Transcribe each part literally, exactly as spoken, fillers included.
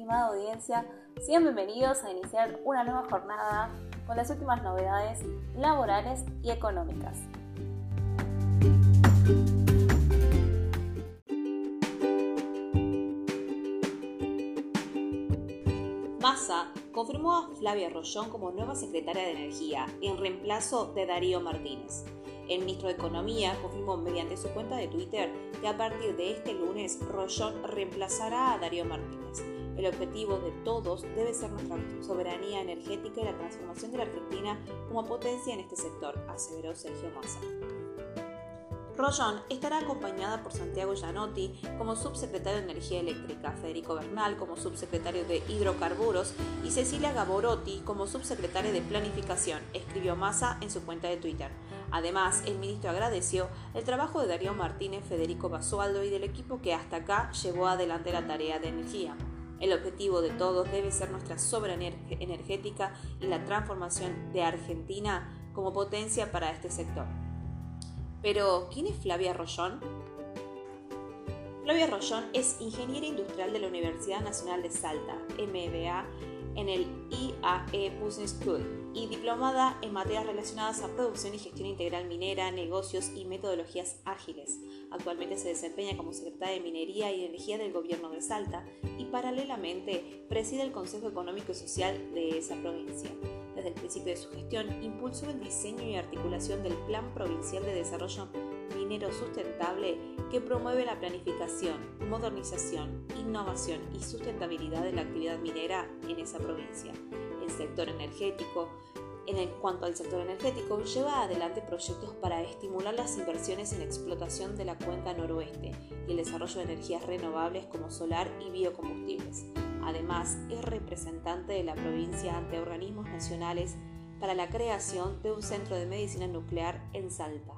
estimada audiencia, sean bienvenidos a iniciar una nueva jornada con las últimas novedades laborales y económicas. Massa confirmó a Flavia Rollón como nueva secretaria de Energía, en reemplazo de Darío Martínez. El ministro de Economía confirmó mediante su cuenta de Twitter que a partir de este lunes Rollón reemplazará a Darío Martínez. El objetivo de todos debe ser nuestra soberanía energética y la transformación de la Argentina como potencia en este sector, aseveró Sergio Massa. Rollón estará acompañada por Santiago Gianotti como subsecretario de Energía Eléctrica, Federico Bernal como subsecretario de Hidrocarburos y Cecilia Gaborotti como subsecretaria de Planificación, escribió Massa en su cuenta de Twitter. Además, el ministro agradeció el trabajo de Darío Martínez, Federico Basualdo y del equipo que hasta acá llevó adelante la tarea de energía. El objetivo de todos debe ser nuestra soberanía energética y la transformación de Argentina como potencia para este sector. Pero, ¿quién es Flavia Rollón? Flavia Rollón es ingeniera industrial de la Universidad Nacional de Salta, M B A, en el I A E Business School y diplomada en materias relacionadas a producción y gestión integral minera, negocios y metodologías ágiles. Actualmente se desempeña como secretaria de Minería y Energía del Gobierno de Salta y paralelamente preside el Consejo Económico y Social de esa provincia. Desde el principio de su gestión, impulsó el diseño y articulación del Plan Provincial de Desarrollo Minero Sustentable que promueve la planificación, modernización, innovación y sustentabilidad de la actividad minera en esa provincia. El sector energético, en el, cuanto al sector energético, lleva adelante proyectos para estimular las inversiones en explotación de la cuenca noroeste y el desarrollo de energías renovables como solar y biocombustibles. Además, es representante de la provincia ante organismos nacionales para la creación de un centro de medicina nuclear en Salta.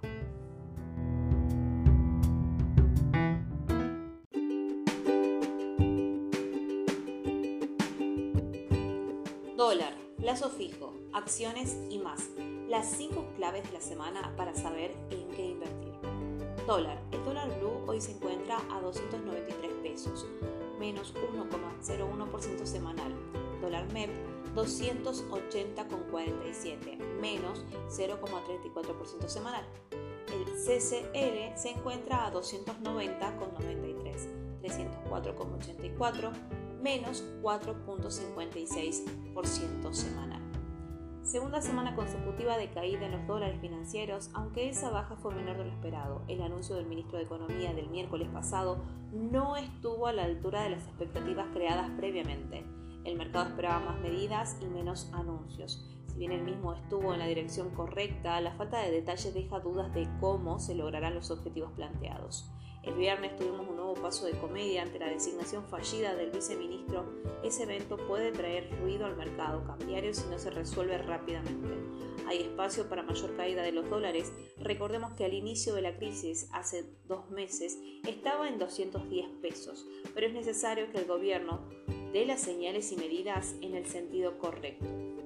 Dólar, plazo fijo, acciones y más. Las cinco claves de la semana para saber en qué invertir. Dólar. El dólar blue hoy se encuentra a doscientos noventa y tres pesos, menos uno coma cero uno por ciento semanal. Dólar M E P doscientos ochenta coma cuarenta y siete, menos cero coma treinta y cuatro por ciento semanal. El C C L se encuentra a doscientos noventa coma noventa y tres, trescientos cuatro coma ochenta y cuatro, menos cuatro coma cincuenta y seis por ciento semanal. Segunda semana consecutiva de caída en los dólares financieros, aunque esa baja fue menor de lo esperado. El anuncio del ministro de Economía del miércoles pasado no estuvo a la altura de las expectativas creadas previamente. El mercado esperaba más medidas y menos anuncios. Si bien el mismo estuvo en la dirección correcta, la falta de detalles deja dudas de cómo se lograrán los objetivos planteados. El viernes tuvimos un nuevo paso de comedia ante la designación fallida del viceministro. Ese evento puede traer ruido al mercado cambiario si no se resuelve rápidamente. Hay espacio para mayor caída de los dólares. Recordemos que al inicio de la crisis, hace dos meses, estaba en doscientos diez pesos, pero es necesario que el gobierno dé las señales y medidas en el sentido correcto.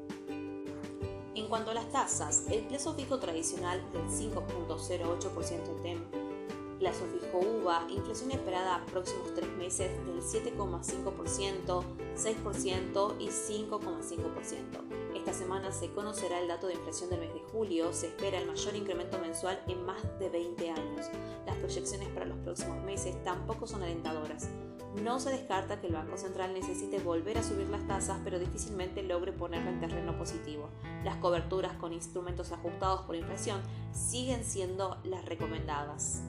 En cuanto a las tasas, el plazo fijo tradicional del cinco coma cero ocho por ciento T E M, plazo fijo U V A, inflación esperada a próximos tres meses del siete coma cinco por ciento, seis por ciento y cinco coma cinco por ciento. Esta semana se conocerá el dato de inflación del mes de julio. Se espera el mayor incremento mensual en más de veinte años. Las proyecciones para los próximos meses tampoco son alentadoras. No se descarta que el Banco Central necesite volver a subir las tasas, pero difícilmente logre ponerla en terreno positivo. Las coberturas con instrumentos ajustados por inflación siguen siendo las recomendadas.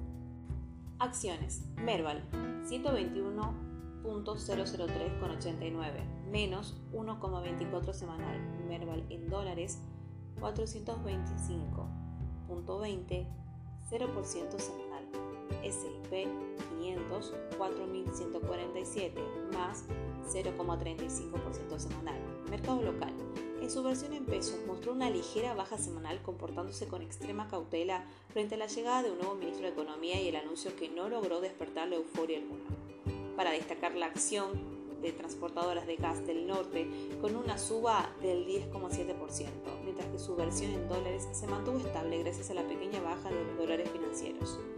Acciones. Merval, ciento veintiuno punto cero cero tres con ochenta y nueve, menos uno coma veinticuatro semanal. Merval en dólares, cuatrocientos veinticinco punto veinte, cero por ciento semanal. S y P quinientos, cuatro mil ciento cuarenta y siete, más cero coma treinta y cinco por ciento semanal. Mercado local. En su versión en pesos mostró una ligera baja semanal, comportándose con extrema cautela frente a la llegada de un nuevo ministro de Economía y el anuncio que no logró despertar la euforia alguna. Para destacar la acción de transportadoras de gas del norte con una suba del diez coma siete por ciento, mientras que su versión en dólares se mantuvo estable gracias a la pequeña baja de los dólares financieros. En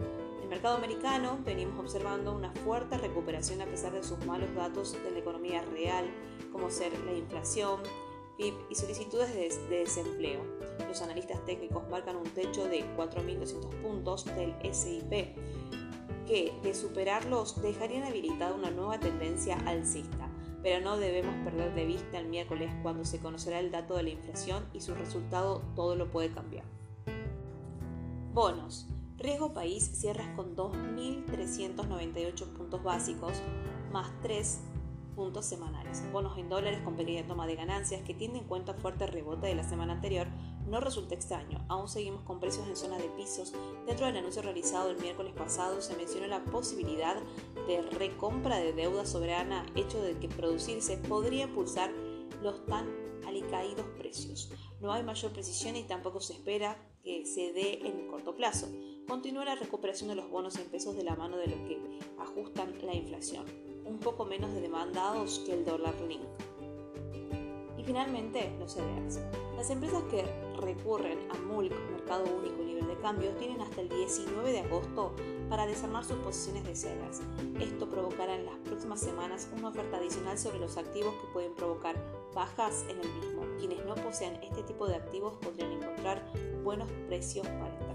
mercado americano venimos observando una fuerte recuperación a pesar de sus malos datos de la economía real, como ser la inflación, P I B y solicitudes de, de desempleo. Los analistas técnicos marcan un techo de cuatro mil doscientos puntos del S y P, que de superarlos dejarían habilitada una nueva tendencia alcista, pero no debemos perder de vista el miércoles cuando se conocerá el dato de la inflación y su resultado todo lo puede cambiar. Bonos. Riesgo país cierra con dos mil trescientos noventa y ocho puntos básicos más tres puntos semanales. Bonos en dólares con pequeña toma de ganancias que tiene en cuenta fuerte rebote de la semana anterior no resulta extraño. Aún seguimos con precios en zona de pisos. Dentro del anuncio realizado el miércoles pasado se mencionó la posibilidad de recompra de deuda soberana, hecho de que producirse podría impulsar los tan alicaídos precios. No hay mayor precisión y tampoco se espera que se dé en el corto plazo. Continúa la recuperación de los bonos en pesos de la mano de lo que ajustan la inflación, un poco menos de demandados que el dólar link. Y finalmente, los C D Rs. Las empresas que recurren a M U L C, Mercado Único y Libre de Cambio, tienen hasta el diecinueve de agosto para desarmar sus posiciones de C D Rs. Esto provocará en las próximas semanas una oferta adicional sobre los activos que pueden provocar bajas en el mismo. Quienes no posean este tipo de activos podrían encontrar buenos precios para entrar.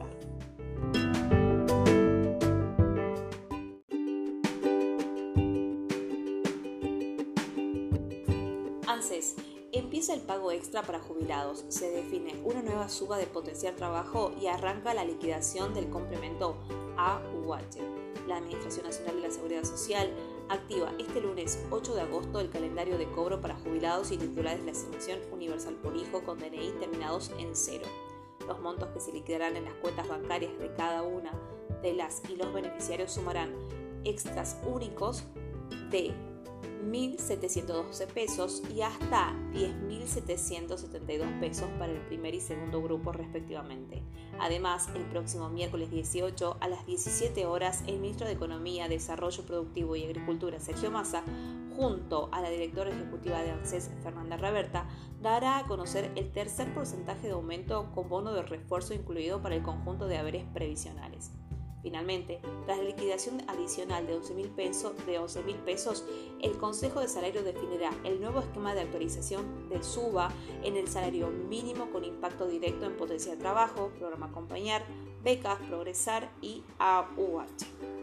ANSES. Empieza el pago extra para jubilados, se define una nueva suba de potenciar trabajo y arranca la liquidación del complemento A U H. La Administración Nacional de la Seguridad Social activa este lunes ocho de agosto el calendario de cobro para jubilados y titulares de la Asignación Universal por Hijo con D N I terminados en cero. Los montos que se liquidarán en las cuentas bancarias de cada una de las y los beneficiarios sumarán extras únicos de mil setecientos doce pesos y hasta diez mil setecientos setenta y dos pesos para el primer y segundo grupo respectivamente. Además, el próximo miércoles dieciocho a las diecisiete horas, el ministro de Economía, Desarrollo Productivo y Agricultura, Sergio Massa, junto a la directora ejecutiva de ANSES, Fernanda Raberta, dará a conocer el tercer porcentaje de aumento con bono de refuerzo incluido para el conjunto de haberes previsionales. Finalmente, tras la liquidación adicional de once mil pesos, de once mil pesos, el Consejo de Salario definirá el nuevo esquema de actualización de suba en el salario mínimo con impacto directo en potencia de trabajo, programa Acompañar, becas, Progresar y A U H.